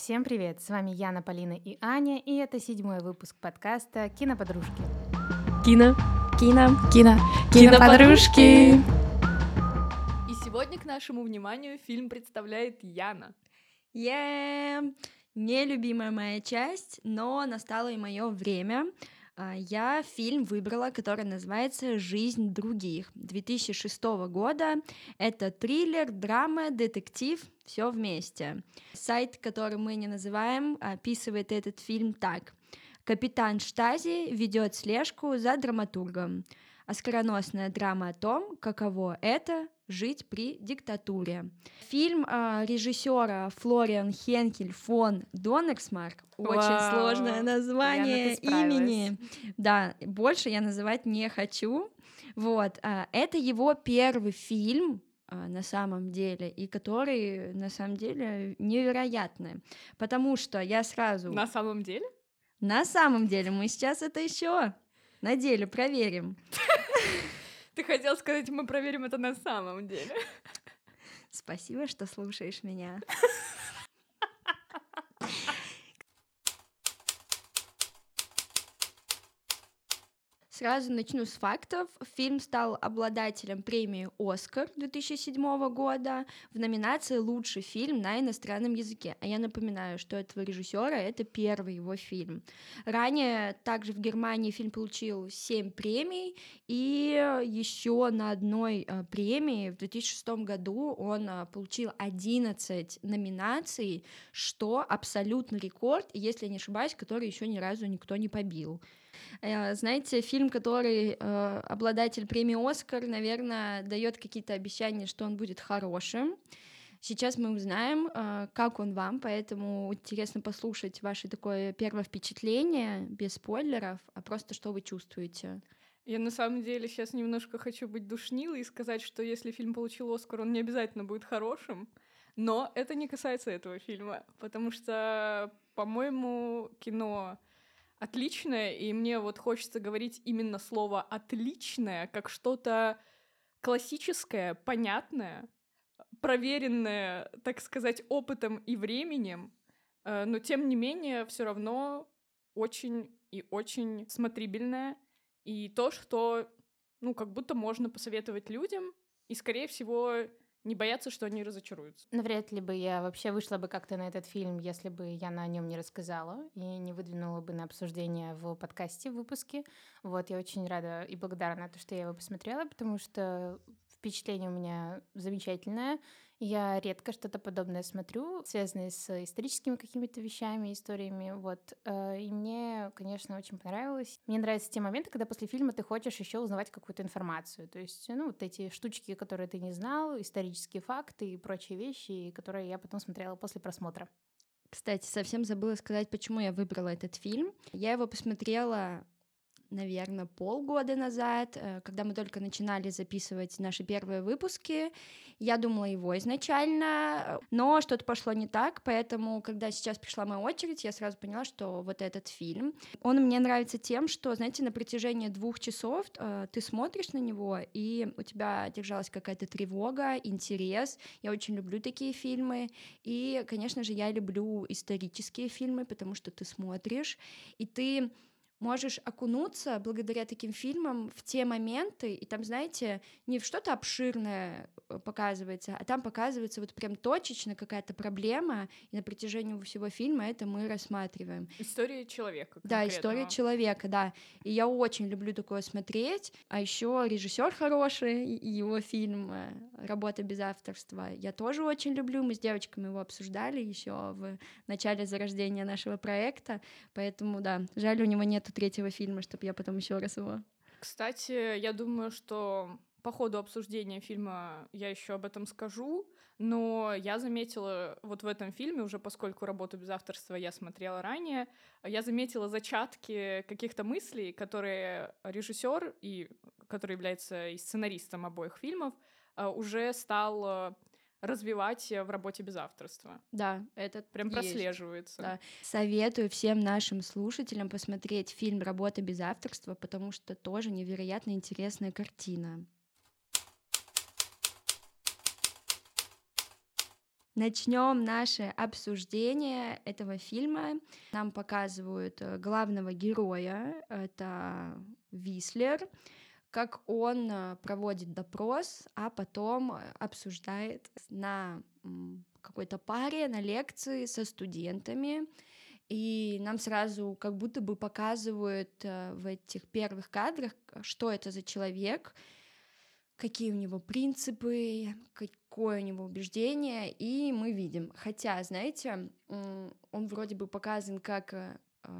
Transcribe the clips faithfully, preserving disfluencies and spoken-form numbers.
Всем привет! С вами Яна, Полина и Аня, и это седьмой выпуск подкаста «Киноподружки». Кино, кино, Кино, киноподружки. И сегодня к нашему вниманию фильм представляет Яна. Yeah. Нелюбимая моя часть, но настало и мое время. Я фильм выбрала, который называется «Жизнь других» две тысячи шестого года. Это триллер, драма, детектив, все вместе. Сайт, который мы не называем, описывает этот фильм так. Капитан Штази ведет слежку за драматургом. Оскароносная драма о том, каково это — жить при диктатуре. Фильм э, режиссера Флориан Хенкель фон Доннерсмарк. Очень Вау. сложное название Яна, ты справилась. имени. Да, больше я называть не хочу. Вот, э, это его первый фильм э, на самом деле, и который на самом деле невероятный, потому что я сразу... На самом деле? На самом деле мы сейчас это еще на деле проверим. Ты хотел сказать, мы проверим это на самом деле. Спасибо, что слушаешь меня. Сразу начну с фактов. Фильм стал обладателем премии «Оскар» две тысячи седьмого года в номинации «Лучший фильм на иностранном языке». А я напоминаю, что этого режиссера это первый его фильм. Ранее также в Германии фильм получил семь премий, и еще на одной премии в две тысячи шестом году он получил одиннадцать номинаций, что абсолютный рекорд, если я не ошибаюсь, который еще ни разу никто не побил. Знаете, фильм, который э, обладатель премии «Оскар», наверное, дает какие-то обещания, что он будет хорошим. Сейчас мы узнаем, э, как он вам, поэтому интересно послушать ваше такое первое впечатление, без спойлеров, а просто что вы чувствуете. Я на самом деле сейчас немножко хочу быть душнилой и сказать, что если фильм получил «Оскар», он не обязательно будет хорошим, но это не касается этого фильма, потому что, по-моему, кино... отличное, и мне вот хочется говорить именно слово «отличное», как что-то классическое, понятное, проверенное, так сказать, опытом и временем, но тем не менее все равно очень и очень смотрибельное, и то, что, ну, как будто можно посоветовать людям, и, скорее всего, не бояться, что они разочаруются. Навряд ли бы я вообще вышла бы как-то на этот фильм, если бы я о нем не рассказала и не выдвинула бы на обсуждение в подкасте, в выпуске. Вот, я очень рада и благодарна, то, что я его посмотрела, потому что впечатление у меня замечательное. Я редко что-то подобное смотрю, связанное с историческими какими-то вещами, историями, вот. И мне, конечно, очень понравилось. Мне нравятся те моменты, когда после фильма ты хочешь еще узнавать какую-то информацию. То есть, ну, вот эти штучки, которые ты не знал, исторические факты и прочие вещи, которые я потом смотрела после просмотра. Кстати, совсем забыла сказать, почему я выбрала этот фильм. Я его посмотрела, наверное, полгода назад, когда мы только начинали записывать наши первые выпуски. Я думала его изначально, но что-то пошло не так, поэтому, когда сейчас пришла моя очередь, я сразу поняла, что вот этот фильм, он мне нравится тем, что, знаете, на протяжении двух часов ты смотришь на него, и у тебя держалась какая-то тревога, интерес. Я очень люблю такие фильмы, и, конечно же, я люблю исторические фильмы, потому что ты смотришь, и ты можешь окунуться благодаря таким фильмам в те моменты, и там, знаете, не в что-то обширное показывается, а там показывается вот прям точечно какая-то проблема, и на протяжении всего фильма это мы рассматриваем. История человека конкретного. Да, история человека, да. И я очень люблю такое смотреть. А еще режиссер хороший, и его фильм «Работа без авторства» я тоже очень люблю. Мы с девочками его обсуждали еще в начале зарождения нашего проекта, поэтому, да, жаль, у него нету третьего фильма, чтобы я потом еще раз его... Кстати, я думаю, что по ходу обсуждения фильма я еще об этом скажу, но я заметила вот в этом фильме, уже поскольку «Работу без авторства» я смотрела ранее, я заметила зачатки каких-то мыслей, которые режиссер, и который является и сценаристом обоих фильмов, уже стал развивать в «Работе без авторства». Да, это прям есть. прослеживается. Да. Советую всем нашим слушателям посмотреть фильм «Работа без авторства», потому что тоже невероятно интересная картина. Начнем наше обсуждение этого фильма. Нам показывают э, главного героя, это Вислер, как он э, проводит допрос, а потом э, обсуждает на м, какой-то паре, на лекции со студентами. И нам сразу как будто бы показывают э, в этих первых кадрах, что это за человек, какие у него принципы, какое у него убеждение, и мы видим. Хотя, знаете, он вроде бы показан как э,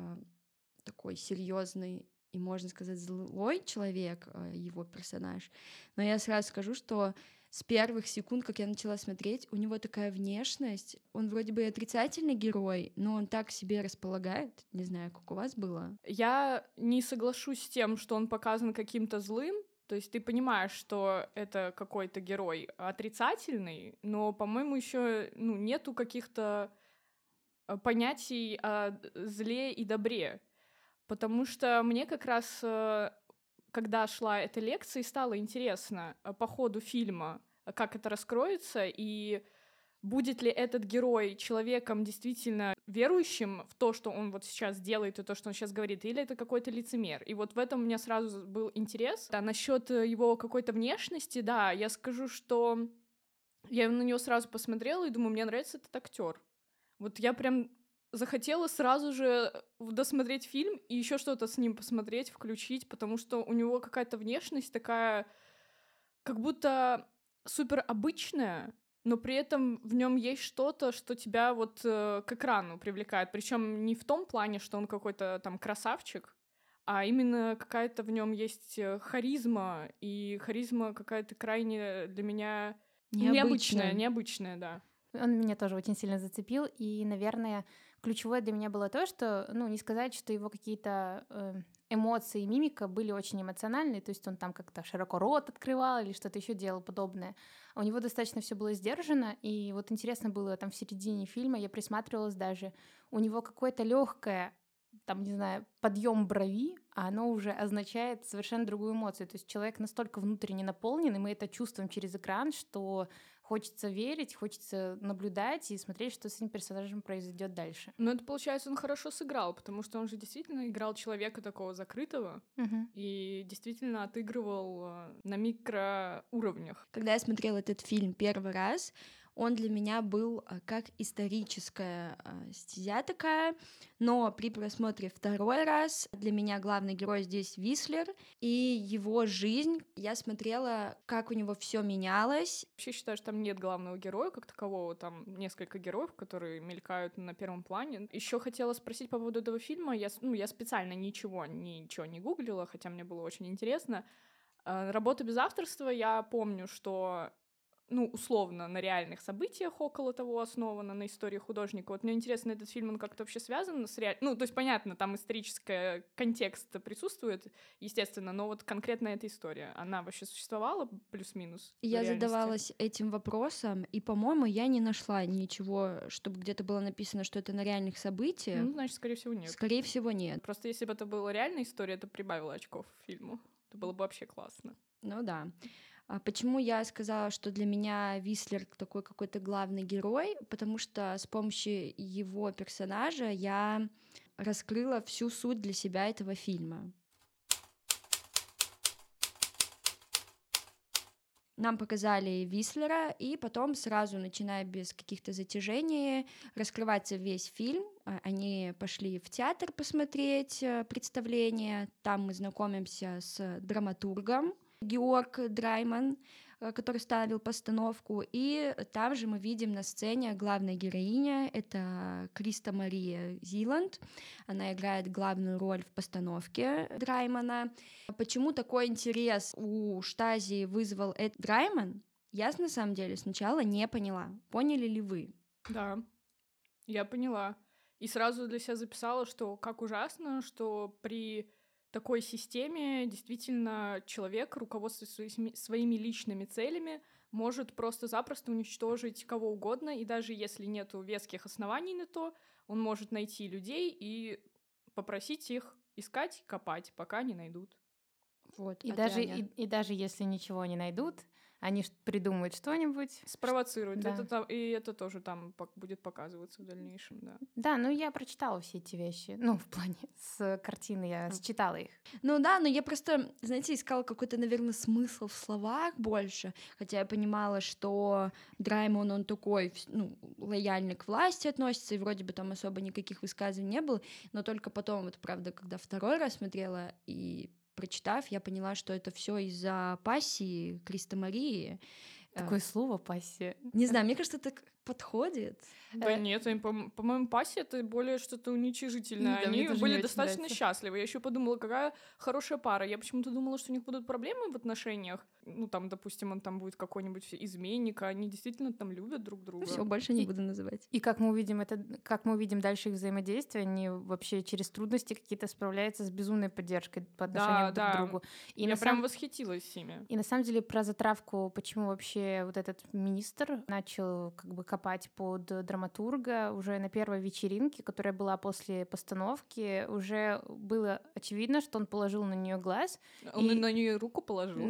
такой серьезный и, можно сказать, злой человек, э, его персонаж. Но я сразу скажу, что с первых секунд, как я начала смотреть, у него такая внешность. Он вроде бы и отрицательный герой, но он так себе располагает. Не знаю, как у вас было. Я не соглашусь с тем, что он показан каким-то злым. То есть ты понимаешь, что это какой-то герой отрицательный, но, по-моему, еще ну, нету каких-то понятий о зле и добре. Потому что мне как раз, когда шла эта лекция, стало интересно по ходу фильма, как это раскроется, и будет ли этот герой человеком действительно верующим в то, что он вот сейчас делает, и то, что он сейчас говорит, или это какой-то лицемер. И вот в этом у меня сразу был интерес. А насчет его какой-то внешности, да, я скажу, что я на него сразу посмотрела и думаю, мне нравится этот актер. Вот я прям захотела сразу же досмотреть фильм и еще что-то с ним посмотреть, включить, потому что у него какая-то внешность такая, как будто супер обычная, но при этом в нем есть что-то, что тебя вот э, к экрану привлекает. Причем не в том плане, что он какой-то там красавчик, а именно какая-то в нем есть харизма, и харизма какая-то крайне для меня необычная, необычная, необычная, да. Он меня тоже очень сильно зацепил, и, наверное, ключевое для меня было то, что, ну, не сказать, что его какие-то э, эмоции и мимика были очень эмоциональные, то есть он там как-то широко рот открывал или что-то еще делал подобное. У него достаточно все было сдержано, и вот интересно было там в середине фильма, я присматривалась даже, у него какое-то легкое, там, не знаю, подъем брови, а оно уже означает совершенно другую эмоцию. То есть человек настолько внутренне наполнен, и мы это чувствуем через экран, что хочется верить, хочется наблюдать и смотреть, что с этим персонажем произойдет дальше. Но это, получается, он хорошо сыграл, потому что он же действительно играл человека такого закрытого угу. и действительно отыгрывал на микроуровнях. Когда я смотрела этот фильм первый раз, он для меня был как историческая стезя такая, но при просмотре второй раз для меня главный герой здесь Вислер, и его жизнь, я смотрела, как у него все менялось. Вообще считаю, что там нет главного героя как такового, там несколько героев, которые мелькают на первом плане. Еще хотела спросить по поводу этого фильма, я, ну, я специально ничего, ничего не гуглила, хотя мне было очень интересно. «Работа без авторства», я помню, что ну, условно, на реальных событиях около того основано, на истории художника. Вот мне интересно, этот фильм, он как-то вообще связан с реальностью? Ну, то есть, понятно, там исторический контекст присутствует, естественно, но вот конкретно эта история, она вообще существовала плюс-минус? Я задавалась этим вопросом, и, по-моему, я не нашла ничего, чтобы где-то было написано, что это на реальных событиях. Ну, значит, скорее всего, нет. Скорее всего, нет. Просто если бы это была реальная история, это прибавило очков фильму. Это было бы вообще классно. Ну да. Почему я сказала, что для меня Вислер такой какой-то главный герой? Потому что с помощью его персонажа я раскрыла всю суть для себя этого фильма. Нам показали Вислера, и потом сразу, начиная без каких-то затяжений, раскрывается весь фильм. Они пошли в театр посмотреть представление. Там мы знакомимся с драматургом Георг Драйман, который ставил постановку, и там же мы видим на сцене главная героиня, это Криста Мария Зиланд, она играет главную роль в постановке Драймана. Почему такой интерес у Штази вызвал Эд Драйман, я на самом деле сначала не поняла. Поняли ли вы? Да, я поняла. И сразу для себя записала, что как ужасно, что при такой системе действительно человек, руководствуясь своими личными целями, может просто-запросто уничтожить кого угодно, и даже если нету веских оснований на то, он может найти людей и попросить их искать, копать, пока не найдут. Вот, и, даже, и, и даже если ничего не найдут, они придумают что-нибудь. Спровоцируют. Да. Это там, и это тоже там будет показываться в дальнейшем, да. Да, ну я прочитала все эти вещи. Ну, в плане с картины я считала их. Ну да, но я просто, знаете, искала какой-то, наверное, смысл в словах больше, хотя я понимала, что Драймон, он такой, ну, лояльный к власти относится, и вроде бы там особо никаких высказываний не было, но только потом, вот правда, когда второй раз смотрела и прочитав, я поняла, что это все из-за пассии Криста Марии. Такое слово «пассия». Не знаю, мне кажется, так подходит. Да нет, они, по- по-моему, пассия — это более что-то уничижительное. Да, мне Они тоже не были очень достаточно нравится. счастливы. Я еще подумала, какая хорошая пара. Я почему-то думала, что у них будут проблемы в отношениях. Ну, там, допустим, он там будет какой-нибудь изменник, а они действительно там любят друг друга. Все, больше не И- буду называть. И как мы увидим это, как мы увидим дальше их взаимодействие, они вообще через трудности какие-то справляются с безумной поддержкой по отношению друг да. к другу. И Я на прям самом- восхитилась ими. И на самом деле про затравку, почему вообще вот этот министр начал как бы копать под драматурга уже на первой вечеринке, которая была после постановки, уже было очевидно, что он положил на нее глаз. Он И- на нее руку положил.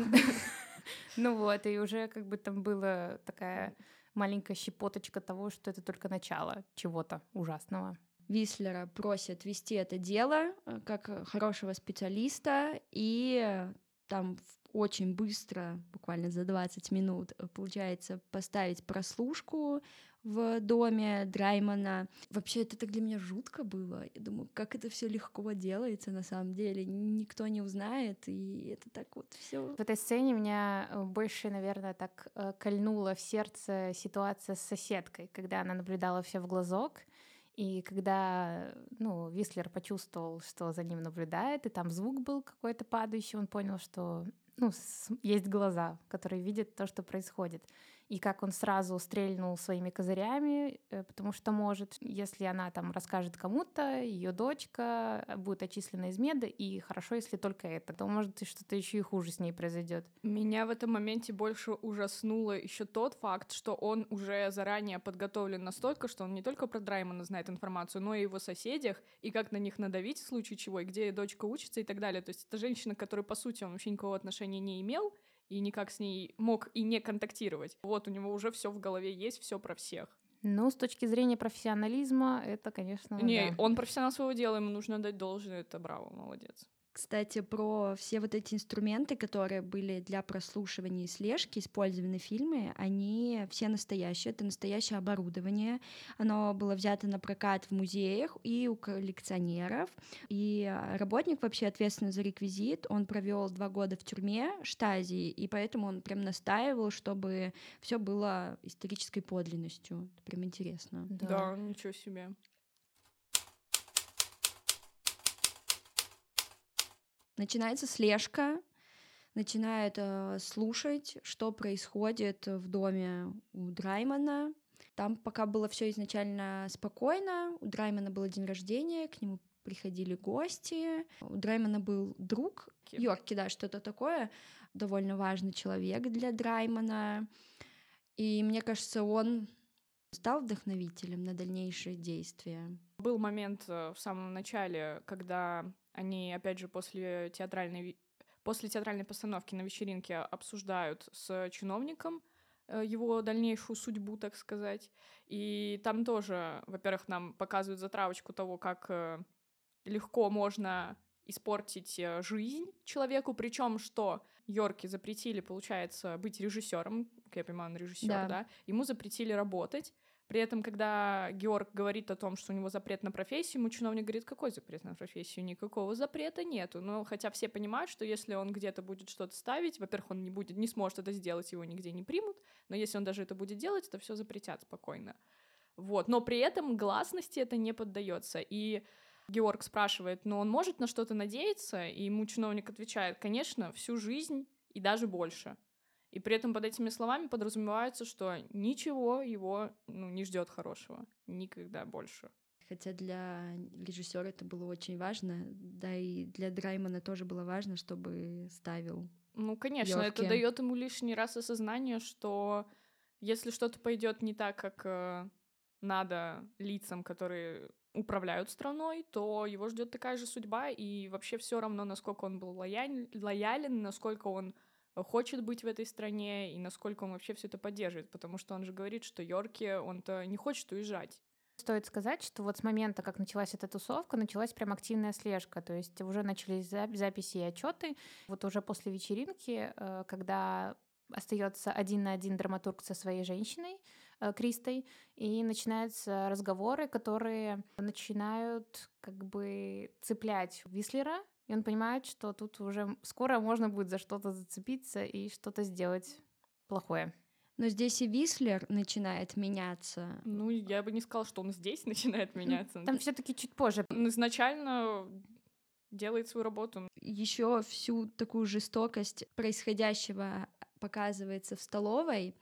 Ну вот, и уже как бы там была такая маленькая щепоточка того, что это только начало чего-то ужасного. Вислера просят вести это дело э, как э, хорошего специалиста, и э, там в- очень быстро, буквально за двадцать минут, э, получается поставить прослушку в доме Драймона. Вообще, это так для меня жутко было. Я думаю, как это все легко делается на самом деле. Никто не узнает, и это так вот все. В этой сцене меня э, больше, наверное, так э, кольнула в сердце ситуация с соседкой, когда она наблюдала все в глазок, и когда, ну, Вислер почувствовал, что за ним наблюдает, и там звук был какой-то падающий, он понял, что, ну, с- есть глаза, которые видят то, что происходит. И как он сразу стрельнул своими козырями, э, потому что может, если она там расскажет кому-то, ее дочка будет отчислена из меда, и хорошо, если только это, то может и что-то еще и хуже с ней произойдет. Меня в этом моменте больше ужаснуло еще тот факт, что он уже заранее подготовлен настолько, что он не только про Драймона знает информацию, но и о его соседях, и как на них надавить в случае чего, и где дочка учится и так далее. То есть это женщина, к которой, по сути, он вообще никакого отношения не имел, и никак с ней мог и не контактировать. Вот у него уже все в голове есть, все про всех. Ну, с точки зрения профессионализма, это, конечно, Не, да. он профессионал своего дела, ему нужно дать должное, это браво, молодец. Кстати, про все вот эти инструменты, которые были для прослушивания и слежки использованы в фильме, они все настоящие. Это настоящее оборудование. Оно было взято на прокат в музеях и у коллекционеров. И работник, вообще ответственный за реквизит, он провел два года в тюрьме Штази, и поэтому он прям настаивал, чтобы все было исторической подлинностью. Это прям интересно. Да. Да, ничего себе. Начинается слежка, начинают э, слушать, что происходит в доме у Драймона. Там пока было все изначально спокойно, у Драймона был день рождения, к нему приходили гости, у Драймона был друг, Йорки, да, что-то такое, довольно важный человек для Драймона, и мне кажется, он стал вдохновителем на дальнейшие действия. Был момент э, в самом начале, когда они, опять же, после театральной, ви- после театральной постановки на вечеринке обсуждают с чиновником э, его дальнейшую судьбу, так сказать. И там тоже, во-первых, нам показывают затравочку того, как э, легко можно испортить э, жизнь человеку, причем что Йорки запретили, получается, быть режиссером, как я понимаю, он режиссер, Да. да, ему запретили работать. При этом, когда Георг говорит о том, что у него запрет на профессию, ему чиновник говорит, какой запрет на профессию? Никакого запрета нету. Но хотя все понимают, что если он где-то будет что-то ставить, во-первых, он не будет, не сможет это сделать, его нигде не примут, но если он даже это будет делать, то все запретят спокойно. Вот. Но при этом гласности это не поддается. И Георг спрашивает, но он может на что-то надеяться? И ему чиновник отвечает, конечно, всю жизнь и даже больше. И при этом под этими словами подразумевается, что ничего его ну, не ждет хорошего. Никогда больше. Хотя для режиссера это было очень важно, да и для Драймона тоже было важно, чтобы ставил. Ну, конечно, Йорки. это дает ему лишний раз осознание, что если что-то пойдет не так, как э, надо лицам, которые управляют страной, то его ждет такая же судьба, и вообще все равно, насколько он был лояль... лоялен, насколько он хочет быть в этой стране и насколько он вообще все это поддерживает, потому что он же говорит, что Йорки, он-то не хочет уезжать. Стоит сказать, что вот с момента, как началась эта тусовка, началась прям активная слежка, то есть уже начались записи и отчеты. Вот уже после вечеринки, когда остается один на один драматург со своей женщиной, Кристой, и начинаются разговоры, которые начинают как бы цеплять Вислера, и он понимает, что тут уже скоро можно будет за что-то зацепиться и что-то сделать плохое. Но здесь и Вислер начинает меняться. Ну, я бы не сказала, что он здесь начинает меняться. Там все-таки чуть позже. Он изначально делает свою работу. Еще всю такую жестокость происходящего показывается в столовой,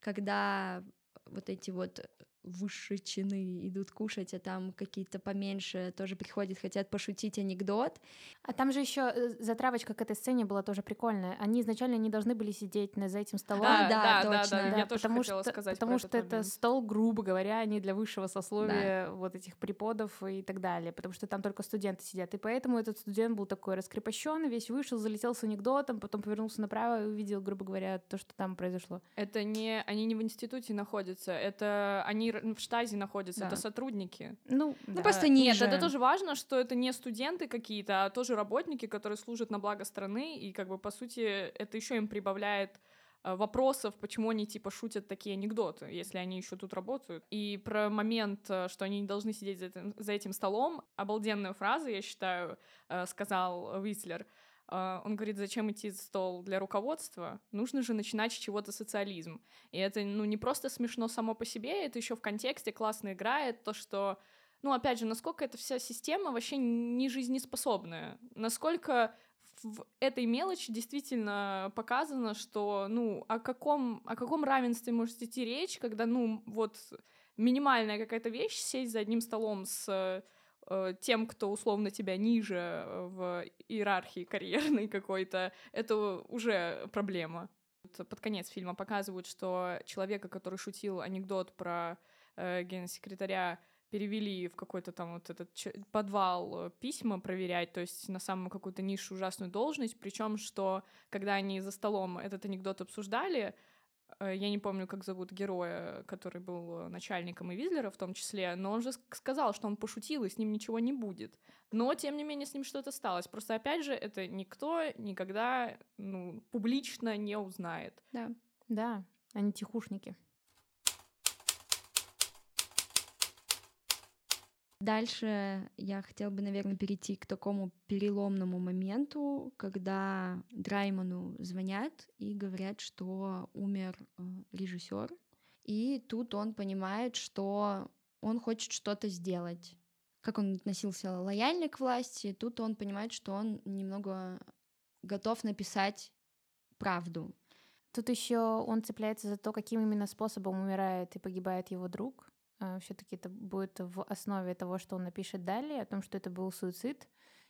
когда вот эти вот высшие чины идут кушать, а там какие-то поменьше тоже приходят, хотят пошутить анекдот. А там же еще затравочка к этой сцене была тоже прикольная. Они изначально не должны были сидеть за этим столом. А, да, да, да, точно. да, да, Да, я тоже потому хотела что, сказать потому про что этот это момент. стол, грубо говоря, не для высшего сословия вот этих преподов и так далее, потому что там только студенты сидят. И поэтому этот студент был такой раскрепощенный, весь вышел, залетел с анекдотом, потом повернулся направо и увидел, грубо говоря, то, что там произошло. Это не... Они не в институте находятся, это они в штазе находятся, Да. это сотрудники. Ну, Ну, да. просто А, ниже. Нет, это тоже важно, что это не студенты какие-то, а тоже работники, которые служат на благо страны, и как бы по сути это еще им прибавляет а, вопросов, почему они типа шутят такие анекдоты, если они еще тут работают. И про момент, что они не должны сидеть за этим, за этим столом, обалденная фраза, я считаю, сказал Вислер. Он говорит, зачем идти за стол для руководства? Нужно же начинать с чего-то социализм. И это, ну, не просто смешно само по себе, это еще в контексте классно играет то, что, ну, опять же, насколько эта вся система вообще не жизнеспособная, насколько в этой мелочи действительно показано, что, ну, о каком, о каком равенстве может идти речь, когда, ну, вот минимальная какая-то вещь, сесть за одним столом с тем, кто условно тебя ниже в иерархии карьерной какой-то, это уже проблема. Под конец фильма показывают, что человека, который шутил анекдот про э, генсекретаря, перевели в какой-то там вот этот подвал письма проверять, то есть на самую какую-то низшую ужасную должность, причем что, когда они за столом этот анекдот обсуждали, я не помню, как зовут героя, который был начальником и Визлера в том числе, но он же сказал, что он пошутил, и с ним ничего не будет. Но, тем не менее, с ним что-то сталось. Просто, опять же, это никто никогда, ну, публично не узнает. Да. Да, они тихушники. Дальше я хотела бы, наверное, перейти к такому переломному моменту, когда Драймону звонят и говорят, что умер режиссер, и тут он понимает, что он хочет что-то сделать. Как он относился лояльно к власти, тут он понимает, что он немного готов написать правду. Тут еще он цепляется за то, каким именно способом умирает и погибает его друг. Все-таки это будет в основе того, что он напишет далее, о том, что это был суицид,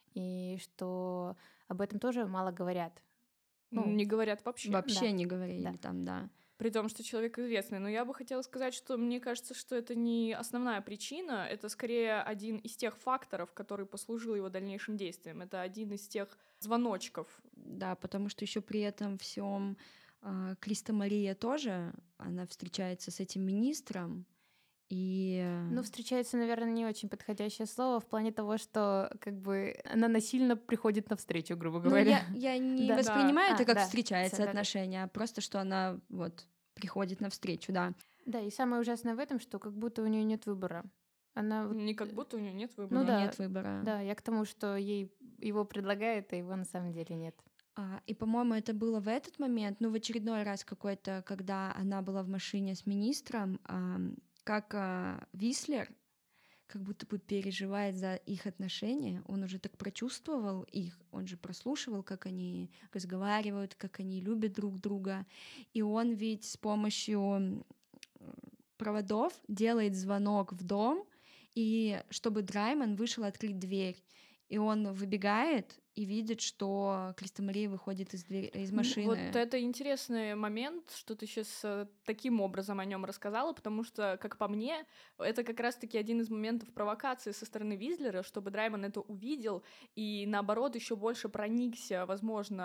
и что об этом тоже мало говорят. Ну, не говорят вообще. Вообще да. не говорили да. там, да. При том, что человек известный. Но я бы хотела сказать, что мне кажется, что это не основная причина, это скорее один из тех факторов, который послужил его дальнейшим действиям. Это один из тех звоночков. Да, потому что еще при этом всем э, Криста Мария тоже, она встречается с этим министром, и... Ну, встречается, наверное, не очень подходящее слово в плане того, что как бы она насильно приходит навстречу, грубо говоря. Ну, я, я не Да. воспринимаю Да. это А, как да. встречается Да. отношения, а просто, что она вот приходит навстречу, да. Да, и самое ужасное в этом, что как будто у нее нет выбора. Она вот... Не как будто у нее нет выбора. Ну да. Нет выбора. Да, я к тому, что ей его предлагают, а его на самом деле нет. А, и, по-моему, это было в этот момент, ну, в очередной раз какой-то, когда она была в машине с министром, а, как а, Вислер как будто бы переживает за их отношения, он уже так прочувствовал их, он же прослушивал, как они разговаривают, как они любят друг друга, и он ведь с помощью проводов делает звонок в дом, и чтобы Драймон вышел открыть дверь, и он выбегает и видит, что Криста Мария выходит из, дверь, из машины. Вот это интересный момент, что ты сейчас таким образом о нем рассказала, потому что, как по мне, это как раз-таки один из моментов провокации со стороны Визлера, чтобы Драймон это увидел и, наоборот, еще больше проникся, возможно,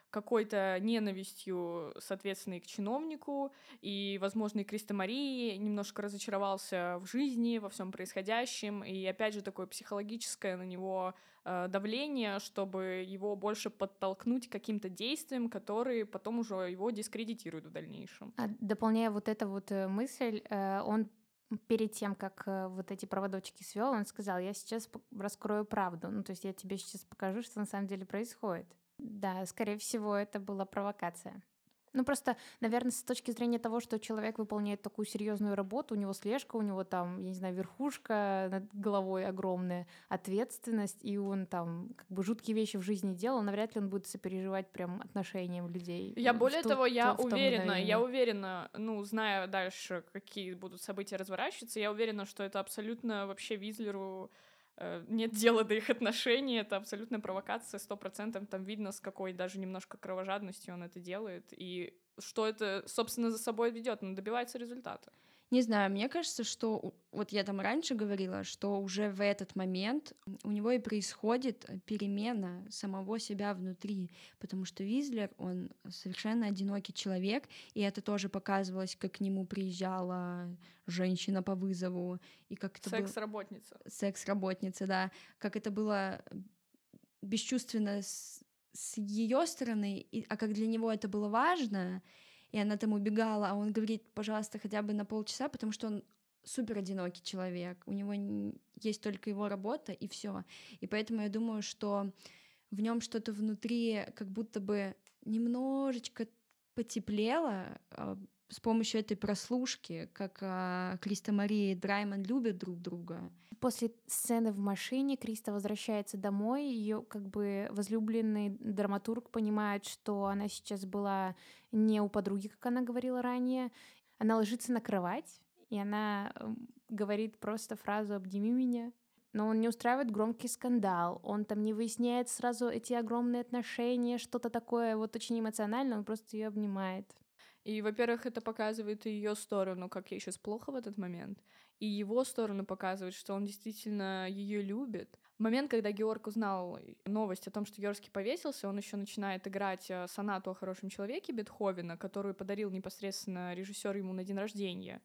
какой-то ненавистью, соответственно, и к чиновнику, и, возможно, и Кристо Марии немножко разочаровался в жизни, во всем происходящем, и, опять же, такое психологическое на него э, давление, чтобы его больше подтолкнуть к каким-то действиям, которые потом уже его дискредитируют в дальнейшем. А дополняя вот эту вот э, мысль, э, он перед тем, как э, вот эти проводочки свел, он сказал: я сейчас п- раскрою правду, ну, то есть я тебе сейчас покажу, что на самом деле происходит. Да, скорее всего, это была провокация. Ну, просто, наверное, с точки зрения того, что человек выполняет такую серьезную работу, у него слежка, у него там, я не знаю, верхушка над головой огромная, ответственность, и он там как бы жуткие вещи в жизни делал, навряд ли он будет сопереживать прям отношениям людей. Я в более ту- того, я в том уверена, мгновении. я уверена, ну, зная дальше, какие будут события разворачиваться, я уверена, что это абсолютно вообще Визлеру э, нет дела до их отношений, это абсолютная провокация, сто процентов там видно, с какой даже немножко кровожадностью он это делает, и что это, собственно, за собой ведет, он добивается результата. Не знаю, мне кажется, что у- вот я там раньше говорила, что уже в этот момент у него и происходит перемена самого себя внутри, потому что Визлер, он совершенно одинокий человек, и это тоже показывалось, как к нему приезжала женщина по вызову, и как это было... Секс-работница. Секс-работница, да, как это было бесчувственно с, с ее стороны, и, а как для него это было важно, и она там убегала, а он говорит: пожалуйста, хотя бы на полчаса, потому что он супер одинокий человек, у него н- есть только его работа, и все. И поэтому я думаю, что в нем что-то внутри как будто бы немножечко потеплело а, с помощью этой прослушки, как а, Кристо Мария и Драймон любят друг друга. После сцены в машине Криста возвращается домой, ее как бы возлюбленный драматург понимает, что она сейчас была не у подруги, как она говорила ранее. Она ложится на кровать, и она эм, говорит просто фразу «обними меня». Но он не устраивает громкий скандал, он там не выясняет сразу эти огромные отношения, что-то такое вот очень эмоциональное, он просто ее обнимает. И, во-первых, это показывает и ее сторону, как ей сейчас плохо в этот момент, и его сторону показывает, что он действительно ее любит. В момент, когда Георг узнал новость о том, что Йорский повесился, он еще начинает играть э, сонату о хорошем человеке Бетховена, которую подарил непосредственно режиссер ему на день рождения.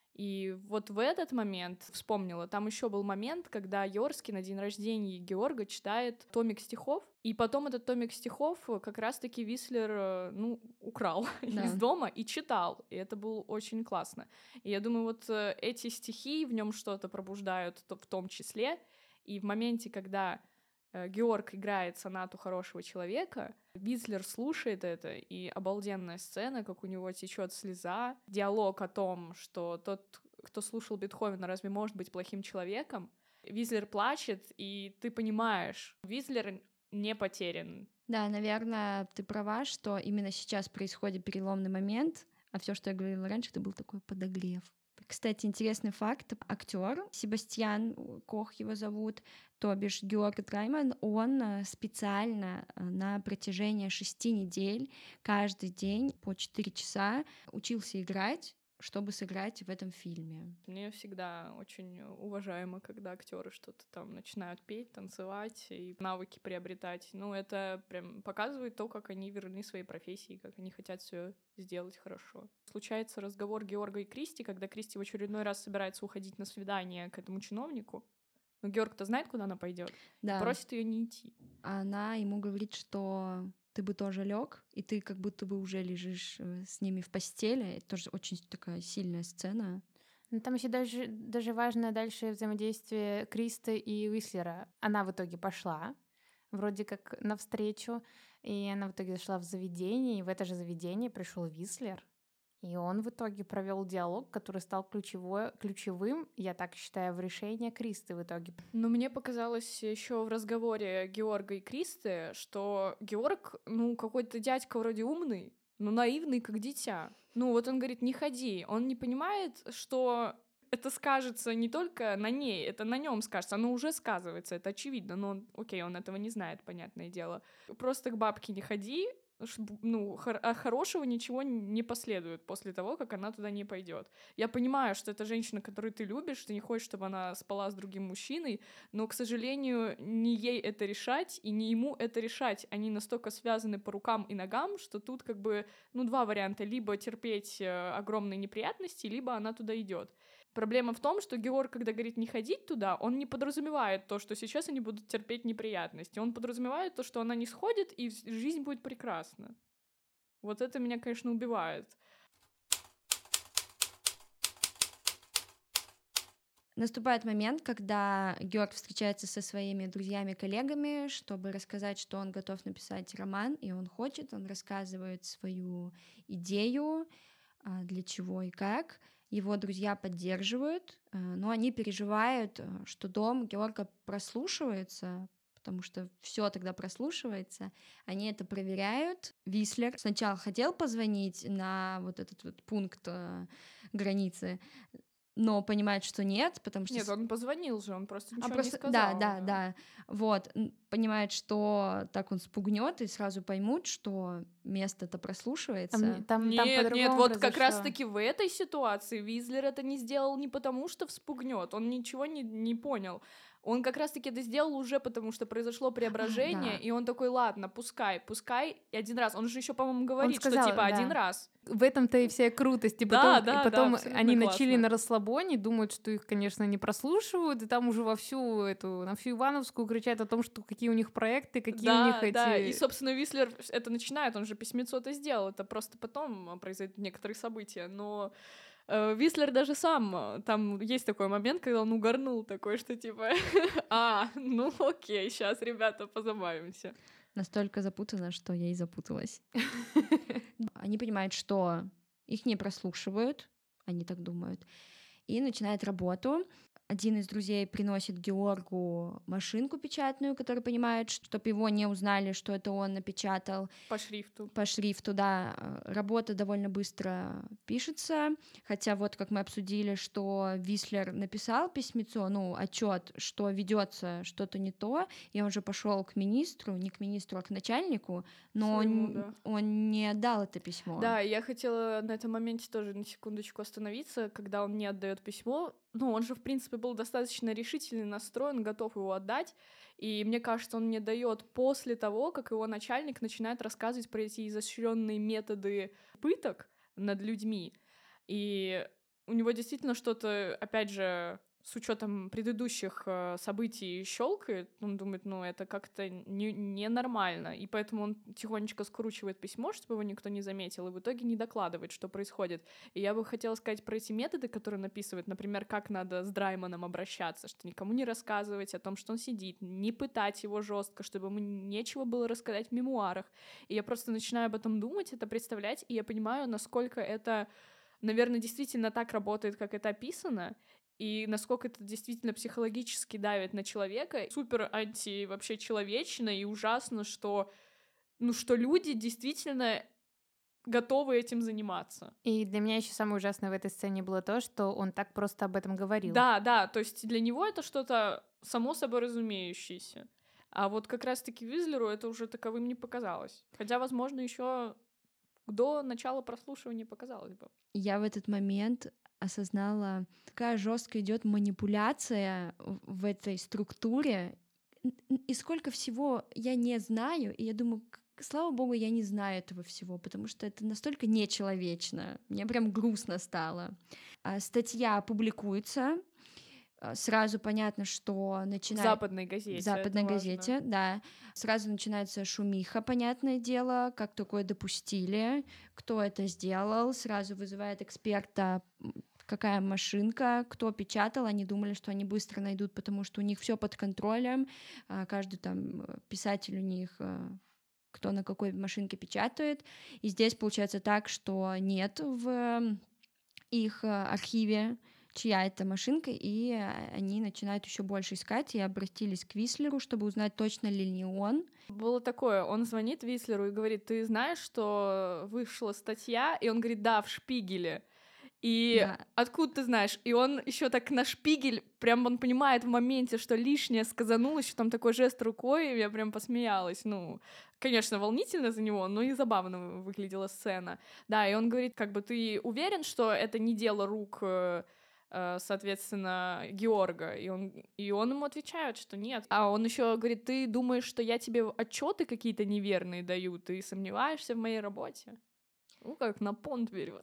И вот в этот момент вспомнила, там еще был момент, когда Йорский на день рождения Георга читает томик стихов, и потом этот томик стихов как раз-таки Вислер, э, ну, украл Да. из дома и читал, и это было очень классно. И я думаю, вот э, эти стихи в нем что-то пробуждают то- в том числе, и в моменте, когда э, Георг играет сонату хорошего человека, Визлер слушает это, и обалденная сцена, как у него течет слеза, диалог о том, что тот, кто слушал Бетховена, разве может быть плохим человеком? Визлер плачет, и ты понимаешь, Визлер не потерян. Да, наверное, ты права, что именно сейчас происходит переломный момент, а все, что я говорила раньше, это был такой подогрев. Кстати, интересный факт. Актер Себастьян Кох его зовут, то бишь Георг Драймон, он э, специально э, на протяжении шести недель каждый день по четыре часа учился играть, чтобы сыграть в этом фильме. Мне всегда очень уважаемо, когда актеры что-то там начинают петь, танцевать и навыки приобретать. Ну, это прям показывает то, как они верны своей профессии, как они хотят все сделать хорошо. Случается разговор Георга и Кристи, когда Кристи в очередной раз собирается уходить на свидание к этому чиновнику. Но Георг-то знает, куда она пойдет, Да. просит ее не идти. А она ему говорит, что ты бы тоже лег, и ты как будто бы уже лежишь э, с ними в постели. Это тоже очень такая сильная сцена. Ну, там еще даже, даже важно дальше взаимодействие Криста и Уислера. Она в итоге пошла, вроде как навстречу, и она в итоге зашла в заведение, и в это же заведение пришел Вислер. И он в итоге провел диалог, который стал ключевой, ключевым, я так считаю, в решении Кристы в итоге. Но мне показалось еще в разговоре Георга и Кристы, что Георг, ну, какой-то дядька вроде умный, но наивный, как дитя. Ну, вот он говорит, не ходи. Он не понимает, что это скажется не только на ней, это на нем скажется. Оно уже сказывается, это очевидно, но он, окей, он этого не знает, понятное дело. Просто к бабке не ходи, ну, хор- а хорошего ничего не последует после того, как она туда не пойдет. Я понимаю, что это женщина, которую ты любишь, ты не хочешь, чтобы она спала с другим мужчиной, но, к сожалению, не ей это решать и не ему это решать. Они настолько связаны по рукам и ногам, что тут как бы, ну, два варианта. Либо терпеть огромные неприятности, либо она туда идет. Проблема в том, что Георг, когда говорит не ходить туда, он не подразумевает то, что сейчас они будут терпеть неприятности. Он подразумевает то, что она не сходит, и жизнь будет прекрасна. Вот это меня, конечно, убивает. Наступает момент, когда Георг встречается со своими друзьями-коллегами, чтобы рассказать, что он готов написать роман, и он хочет, он рассказывает свою идею, для чего и как. Его друзья поддерживают, но они переживают, что дом Георга прослушивается, потому что все тогда прослушивается. Они это проверяют. Вислер сначала хотел позвонить на вот этот вот пункт границы, но понимает, что нет, потому что... Нет, он позвонил же, он просто ничего а просто... не сказал. Да, да, да, да. Вот, понимает, что так он спугнет, и сразу поймут, что место-то прослушивается. Там, там, нет, там нет, вот произошло. как раз-таки в этой ситуации Визлер это не сделал не потому, что вспугнет, он ничего не, не понял. Он как раз-таки это сделал уже потому, что произошло преображение, а, да. и он такой, ладно, пускай, пускай, и один раз. Он же еще, по-моему, говорит, сказал, что типа да. один раз. В этом-то и вся крутость. И да, потом, да, и потом да, они классно. начали на расслабоне, думают, что их, конечно, не прослушивают, и там уже во всю эту, на всю Ивановскую кричат о том, что какие у них проекты, какие да, у них эти... Да, и, собственно, Вислер это начинает, он же письмецо-то сделал, это просто потом произойдут некоторые события, но... Вислер даже сам, там есть такой момент, когда он угорнул такой, что типа, а, ну окей, сейчас, ребята, позабавимся. Настолько запутано, что я и запуталась. Они понимают, что их не прослушивают, они так думают, и начинают работу. Один из друзей приносит Георгу машинку печатную, который понимает, чтобы его не узнали, что это он напечатал. По шрифту. По шрифту, да. Работа довольно быстро пишется, хотя вот как мы обсудили, что Вислер написал письмецо, ну, отчет, что ведется что-то не то, и он же пошел к министру, не к министру, а к начальнику, но Своему, он, да. он не отдал это письмо. Да, я хотела на этом моменте тоже на секундочку остановиться, когда он не отдает письмо. Ну, он же, в принципе, был достаточно решительно настроен, готов его отдать. И мне кажется, он не дает после того, как его начальник начинает рассказывать про эти изощренные методы пыток над людьми. И у него действительно что-то, опять же, с учетом предыдущих э, событий щелкает, он думает, ну, это как-то не, ненормально, и поэтому он тихонечко скручивает письмо, чтобы его никто не заметил, и в итоге не докладывает, что происходит. И я бы хотела сказать про эти методы, которые написывают, например, как надо с Драймоном обращаться, что никому не рассказывать о том, что он сидит, не пытать его жестко, чтобы ему нечего было рассказать в мемуарах. И я просто начинаю об этом думать, это представлять, и я понимаю, насколько это, наверное, действительно так работает, как это описано, и насколько это действительно психологически давит на человека. Супер анти вообще человечно и ужасно, что, ну, что люди действительно готовы этим заниматься. И для меня еще самое ужасное в этой сцене было то, что он так просто об этом говорил. Да, да, то есть для него это что-то само собой разумеющееся. А вот как раз-таки Визлеру это уже таковым не показалось. Хотя, возможно, еще до начала прослушивания показалось бы. Я в этот момент осознала, какая жесткая идет манипуляция в этой структуре, и сколько всего я не знаю, и я думаю, слава богу, я не знаю этого всего, потому что это настолько нечеловечно. Мне прям грустно стало. Статья публикуется, сразу понятно, что начинает... В западной газете. В западной газете, важно. Да. Сразу начинается шумиха, понятное дело, как такое допустили, кто это сделал, сразу вызывает эксперта, какая машинка, кто печатал, они думали, что они быстро найдут, потому что у них все под контролем, каждый там писатель у них, кто на какой машинке печатает, и здесь получается так, что нет в их архиве, чья это машинка, и они начинают еще больше искать, и обратились к Вислеру, чтобы узнать, точно ли не он. Было такое, он звонит Вислеру и говорит, ты знаешь, что вышла статья? И он говорит, да, в Шпигеле. И Да. откуда ты знаешь? И он еще так на шпигель, прям он понимает в моменте, что лишнее сказанулось, еще там такой жест рукой, и я прям посмеялась. Ну, конечно, волнительно за него, но и забавно выглядела сцена. Да, и он говорит, как бы, ты уверен, что это не дело рук, э, э, соответственно, Георга? И он, и он ему отвечает, что нет. А он еще говорит, ты думаешь, что я тебе отчеты какие-то неверные даю? Ты сомневаешься в моей работе? Ну, как на понт берет.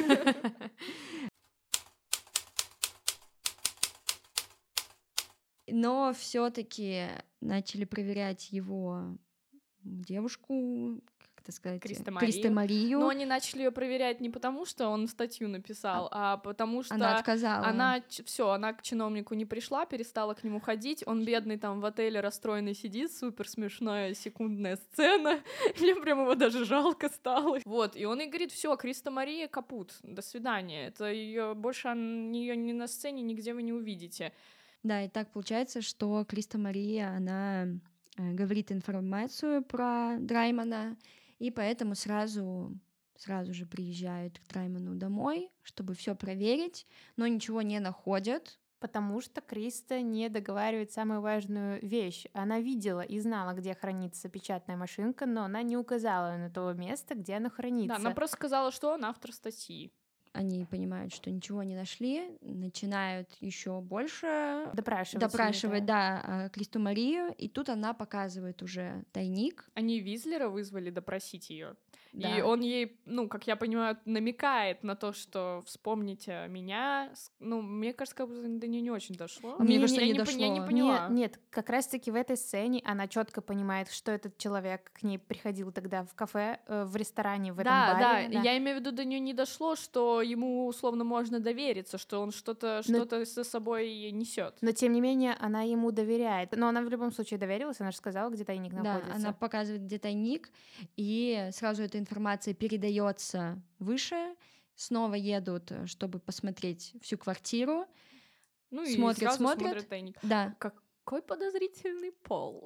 Но все-таки начали проверять его девушку, как это сказать, Кристомарию. Кристомарию. Но они начали ее проверять не потому, что он статью написал, а, а потому что она отказала. Она все, она к чиновнику не пришла, перестала к нему ходить. Он бедный там в отеле расстроенный сидит, супер смешная секундная сцена. Мне прям его даже жалко стало. Вот, и он ей говорит: все, Кристомария капут, до свидания. Это ее больше ее ни на сцене нигде вы не увидите. Да, и так получается, что Кристомария, она э, говорит информацию про Драймана, и поэтому сразу, сразу же приезжают к Драйману домой, чтобы все проверить, но ничего не находят. Потому что Криста не договаривает самую важную вещь. Она видела и знала, где хранится печатная машинка, но она не указала на то место, где она хранится. Да, она просто сказала, что он автор статьи. Они понимают, что ничего не нашли, начинают еще больше допрашивать, допрашивать ее, да. Да, Кристу Марию, и тут она показывает уже тайник. Они Визлера вызвали допросить ее. Да. И он ей, ну, как я понимаю, намекает на то, что вспомните меня. Ну, мне кажется, как будто до нее не очень дошло. А мне Не- кажется, я не не, дошло. Я не поняла. Нет, нет, как раз-таки в этой сцене она четко понимает, что этот человек к ней приходил тогда в кафе, э, в ресторане, в этом да, баре. Да, да, я имею в виду, до нее не дошло, что ему условно можно довериться, что он что-то Но... что-то за собой несет. Но тем не менее она ему доверяет. Но она в любом случае доверилась, она же сказала, где тайник находится. Да, она показывает, где тайник, и сразу эта информация передается выше. Снова едут, чтобы посмотреть всю квартиру. Ну смотрят, и сразу смотрят. смотрят тайник. Да. Какой подозрительный пол.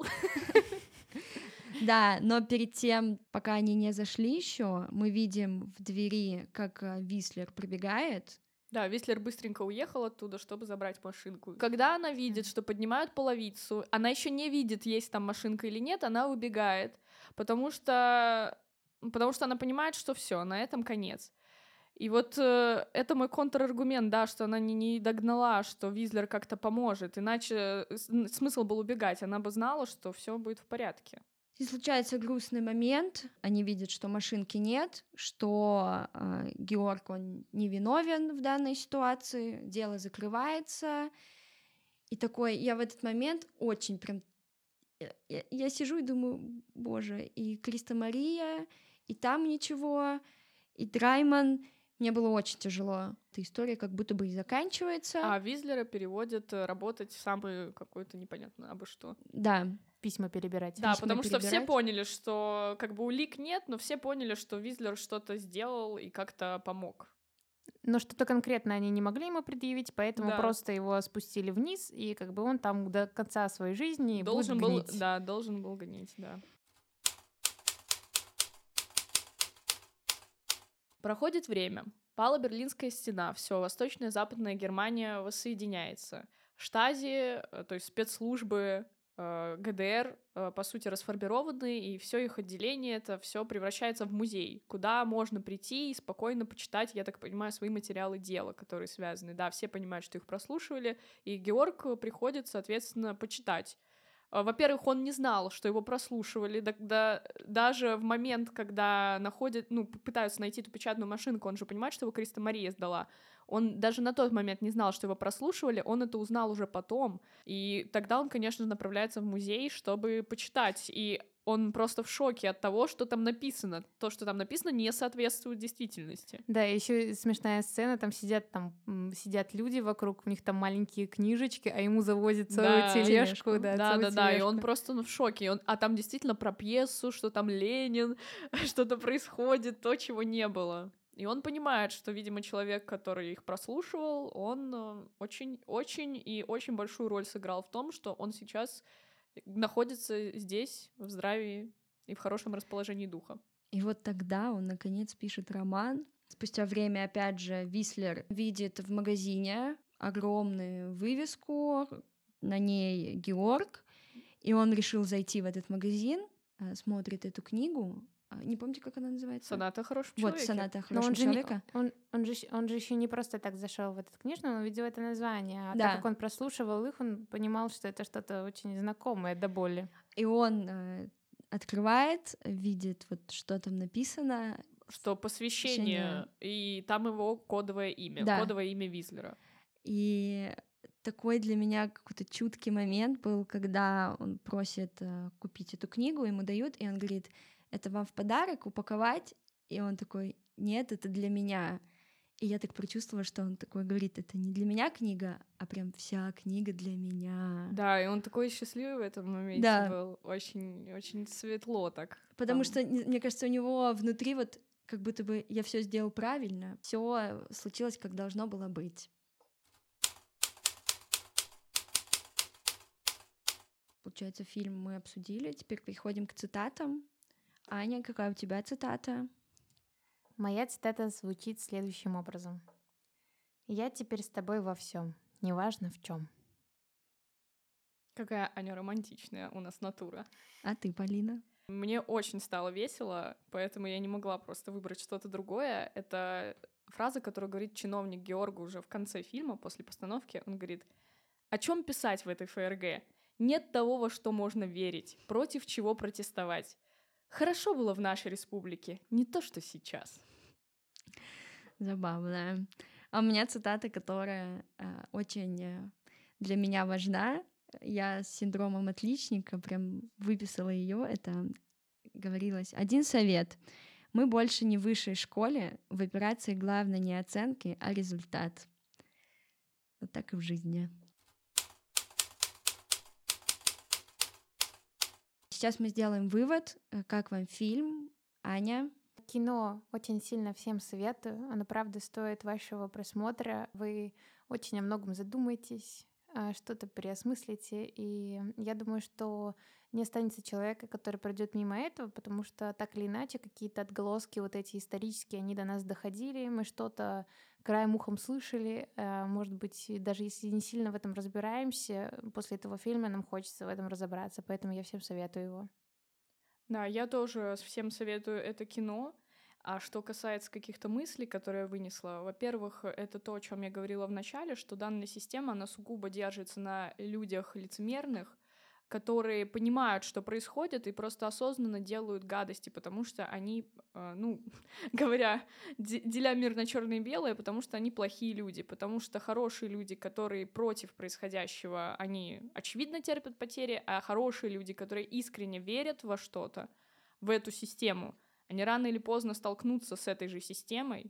Да, но перед тем, пока они не зашли еще, мы видим в двери, как Вислер пробегает. Да, Вислер быстренько уехал оттуда, чтобы забрать машинку. Когда она видит, что поднимают половицу, она еще не видит, есть там машинка или нет, она убегает, потому что, потому что она понимает, что все, на этом конец. И вот э, это мой контраргумент, да, что она не, не догнала, что Визлер как-то поможет, иначе смысл был убегать, она бы знала, что все будет в порядке. И случается грустный момент, они видят, что машинки нет, что э, Георг, он невиновен в данной ситуации, дело закрывается, и такой, я в этот момент очень прям, я, я, я сижу и думаю, боже, и Кристомария, и там ничего, и Драйман, мне было очень тяжело. Эта история как будто бы и заканчивается. А Визлера переводят работать в самый какой-то непонятно абы что. Да. Письма перебирать. Да, Письма потому перебирать. что все поняли, что как бы улик нет, но все поняли, что Визлер что-то сделал и как-то помог. Но что-то конкретно они не могли ему предъявить, поэтому да. просто его спустили вниз, и как бы он там до конца своей жизни должен будет был, гнить. Да, должен был гнить, да. Проходит время. Пала Берлинская стена, все, Восточная и Западная Германия воссоединяется. Штази, то есть спецслужбы, ГДР, по сути, расформированы, и все их отделение, это все превращается в музей, куда можно прийти и спокойно почитать, я так понимаю, свои материалы дела, которые связаны. Да, все понимают, что их прослушивали, и Георг приходит, соответственно, почитать. Во-первых, он не знал, что его прослушивали, да, да, даже в момент, когда находят, ну, пытаются найти эту печатную машинку, он же понимает, что его Кристомария сдала. Он даже на тот момент не знал, что его прослушивали, он это узнал уже потом, и тогда он, конечно же, направляется в музей, чтобы почитать, и он просто в шоке от того, что там написано. То, что там написано, не соответствует действительности. Да, еще смешная сцена, там сидят, там сидят люди вокруг, у них там маленькие книжечки, а ему завозят целую да, тележку. тележку. Да, да, да, тележку. да, и он просто ну, в шоке. И он... А там действительно про пьесу, что там Ленин, что-то происходит, то, чего не было. И он понимает, что, видимо, человек, который их прослушивал, он очень-очень и очень большую роль сыграл в том, что он сейчас находится здесь, в здравии и в хорошем расположении духа. И вот тогда он, наконец, пишет роман, Спустя время, опять же, Вислер видит в магазине огромную вывеску, на ней Георг, и он решил зайти в этот магазин, смотрит эту книгу. Не помните, как она называется? «Соната о хорошем вот, человеке». Вот, «Соната о Но хорошем он же, человеке». Не, он, он, же, он же еще не просто так зашел в этот книжный, он увидел это название. А Да. так как он прослушивал их, он понимал, что это что-то очень знакомое до боли. И он э, открывает, видит, вот, что там написано. Что посвящение, посвящение. И там его кодовое имя, да. кодовое имя Вислера. И такой для меня какой-то чуткий момент был, когда он просит э, купить эту книгу, ему дают, и он говорит: это вам в подарок упаковать? И он такой: нет, это для меня. И я так прочувствовала, что он такой говорит: это не для меня книга, а прям вся книга для меня. Да, и он такой счастливый в этом моменте да. был, очень, очень светло так. Потому там. Что, мне кажется, у него внутри вот как будто бы я все сделал правильно, все случилось, как должно было быть. Получается, фильм мы обсудили, теперь переходим к цитатам. Аня, какая у тебя цитата? Моя цитата звучит следующим образом. «Я теперь с тобой во всем, неважно в чем». Какая Аня романтичная у нас натура. А ты, Полина? Мне очень стало весело, поэтому я не могла просто выбрать что-то другое. Это фраза, которую говорит чиновник Георгу уже в конце фильма, после постановки. Он говорит: «О чем писать в этой ФРГ? Нет того, во что можно верить, против чего протестовать. Хорошо было в нашей республике, не то, что сейчас». Забавно. А у меня цитата, которая э, очень э, для меня важна. Я с синдромом отличника прям выписала ее. Это говорилось: один совет. Мы больше не в высшей школе. В операции главное не оценки, а результат. Вот так и в жизни. Сейчас мы сделаем вывод. Как вам фильм, Аня? Кино очень сильно всем советую. Оно, правда, стоит вашего просмотра. Вы очень о многом задумаетесь, что-то переосмыслите. И я думаю, что не останется человека, который пройдет мимо этого, потому что так или иначе какие-то отголоски вот эти исторические, они до нас доходили. Мы что-то краем ухом слышали. Может быть, даже если не сильно в этом разбираемся, после этого фильма нам хочется в этом разобраться. Поэтому я всем советую его. Да, я тоже всем советую это кино. А что касается каких-то мыслей, которые я вынесла, во-первых, это то, о чем я говорила в начале, что данная система, она сугубо держится на людях лицемерных, которые понимают, что происходит, и просто осознанно делают гадости, потому что они, э, ну, говоря, деля мир на черное и белое, потому что они плохие люди, потому что хорошие люди, которые против происходящего, они, очевидно, терпят потери, а хорошие люди, которые искренне верят во что-то, в эту систему, они рано или поздно столкнутся с этой же системой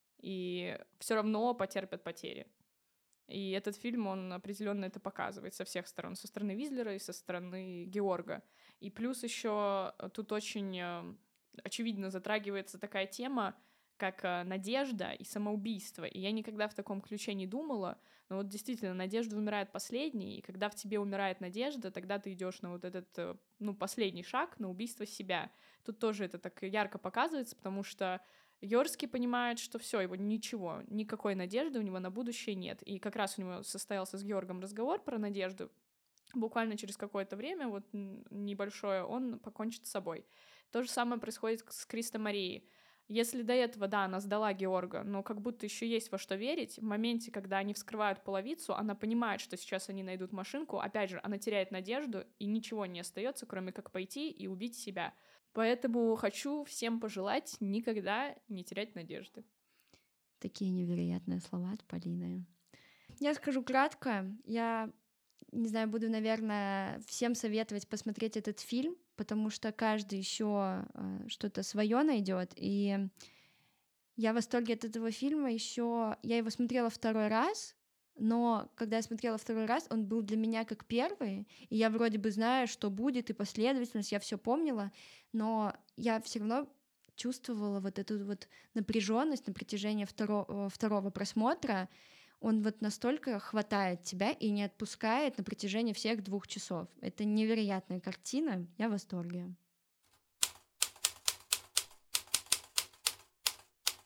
и все равно потерпят потери. И этот фильм, он определенно это показывает со всех сторон, со стороны Вислера и со стороны Георга. И плюс еще тут очень очевидно затрагивается такая тема, как надежда и самоубийство. И я никогда в таком ключе не думала, но вот действительно, надежда умирает последней, и когда в тебе умирает надежда, тогда ты идешь на вот этот, ну, последний шаг, на убийство себя. Тут тоже это так ярко показывается, потому что Йорский понимает, что все, его ничего, никакой надежды у него на будущее нет. И как раз у него состоялся с Георгом разговор про надежду. Буквально через какое-то время, вот небольшое, он покончит с собой. То же самое происходит с Кристо Марией. Если до этого, да, она сдала Георга, но как будто еще есть во что верить, в моменте, когда они вскрывают половицу, она понимает, что сейчас они найдут машинку, опять же, она теряет надежду, и ничего не остается, кроме как пойти и убить себя. Поэтому хочу всем пожелать никогда не терять надежды. Такие невероятные слова от Полины. Я скажу кратко. Я, не знаю, буду, наверное, всем советовать посмотреть этот фильм, потому что каждый еще э, что-то свое найдет. И я в восторге от этого фильма еще. Я его смотрела второй раз, но когда я смотрела второй раз, он был для меня как первый, и я вроде бы знаю, что будет, и последовательность, я все помнила, но я все равно чувствовала вот эту вот напряженность на протяжении второго, второго просмотра. Он вот настолько хватает тебя и не отпускает на протяжении всех двух часов. Это невероятная картина, я в восторге.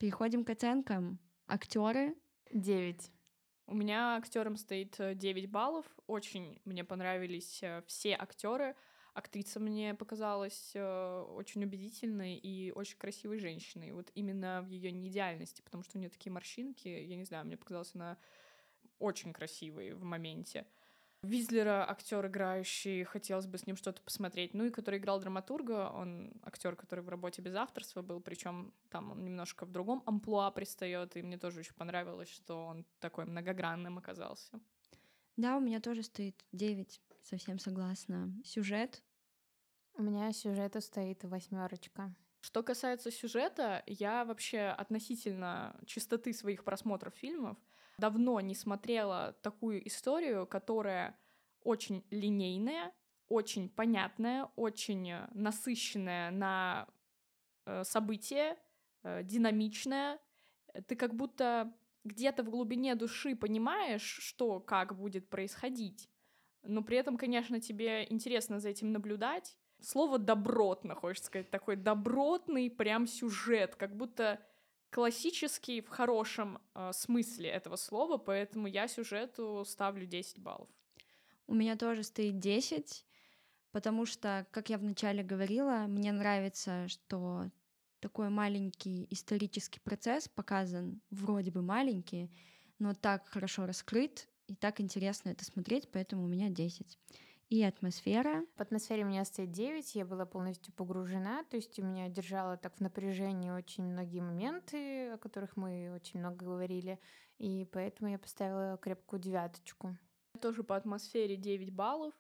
Переходим к оценкам. Актеры. Девять. У меня актерам стоит девять баллов. Очень мне понравились все актеры. Актриса мне показалась очень убедительной и очень красивой женщиной. Вот именно в ее неидеальности, потому что у нее такие морщинки. Я не знаю, мне показалась она очень красивой в моменте. Визлера, актер играющий, хотелось бы с ним что-то посмотреть. Ну и который играл драматурга, он актер, который в «Работе без авторства» был, причем там он немножко в другом амплуа пристает, и мне тоже очень понравилось, что он такой многогранным оказался. Да, у меня тоже стоит девять, совсем согласна. Сюжет. У меня сюжету стоит восьмерочка. Что касается сюжета, я вообще относительно чистоты своих просмотров фильмов давно не смотрела такую историю, которая очень линейная, очень понятная, очень насыщенная на э, события, э, динамичная. Ты как будто где-то в глубине души понимаешь, что, как будет происходить, но при этом, конечно, тебе интересно за этим наблюдать. Слово «добротно», хочется сказать, такой добротный прям сюжет, как будто классический в хорошем э, смысле этого слова, поэтому я сюжету ставлю десять баллов. У меня тоже стоит десять, потому что, как я вначале говорила, мне нравится, что такой маленький исторический процесс показан, вроде бы маленький, но так хорошо раскрыт, и так интересно это смотреть, поэтому у меня десять. И атмосфера. В атмосфере у меня стоит девять, я была полностью погружена, то есть у меня держало так в напряжении очень многие моменты, о которых мы очень много говорили, и поэтому я поставила крепкую девяточку. Тоже по атмосфере девять баллов.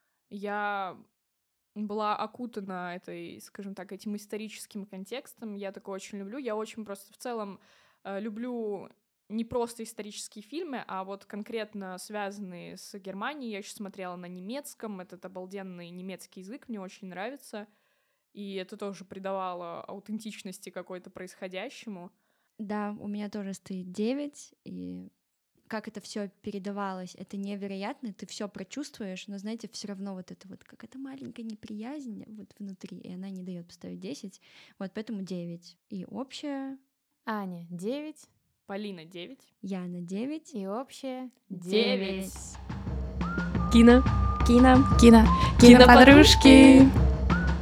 Я была окутана этой, скажем так, этим историческим контекстом. Я такое очень люблю. Я очень просто в целом э, люблю не просто исторические фильмы, а вот конкретно связанные с Германией. Я еще смотрела на немецком. Этот обалденный немецкий язык мне очень нравится. И это тоже придавало аутентичности какой-то происходящему. Да, у меня тоже стоит девять, и как это все передавалось, это невероятно, ты все прочувствуешь, но, знаете, все равно вот это вот какая-то маленькая неприязнь вот внутри, и она не дает поставить десять, вот поэтому девять. И общая... Аня девять, Полина девять, Яна девять, и общая девять. Кино, Кино, кино, киноподружки. киноподружки.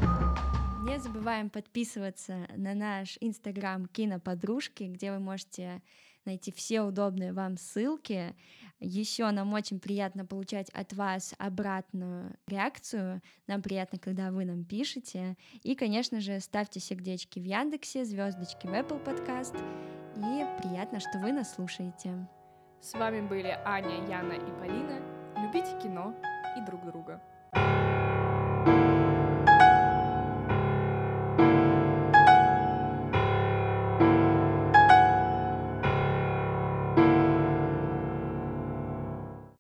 Не забываем подписываться на наш инстаграм Киноподружки, где вы можете найти все удобные вам ссылки. Еще нам очень приятно получать от вас обратную реакцию. Нам приятно, когда вы нам пишете. И, конечно же, ставьте сердечки в Яндексе, звездочки в Apple Podcast. И приятно, что вы нас слушаете. С вами были Аня, Яна и Полина. Любите кино и друг друга.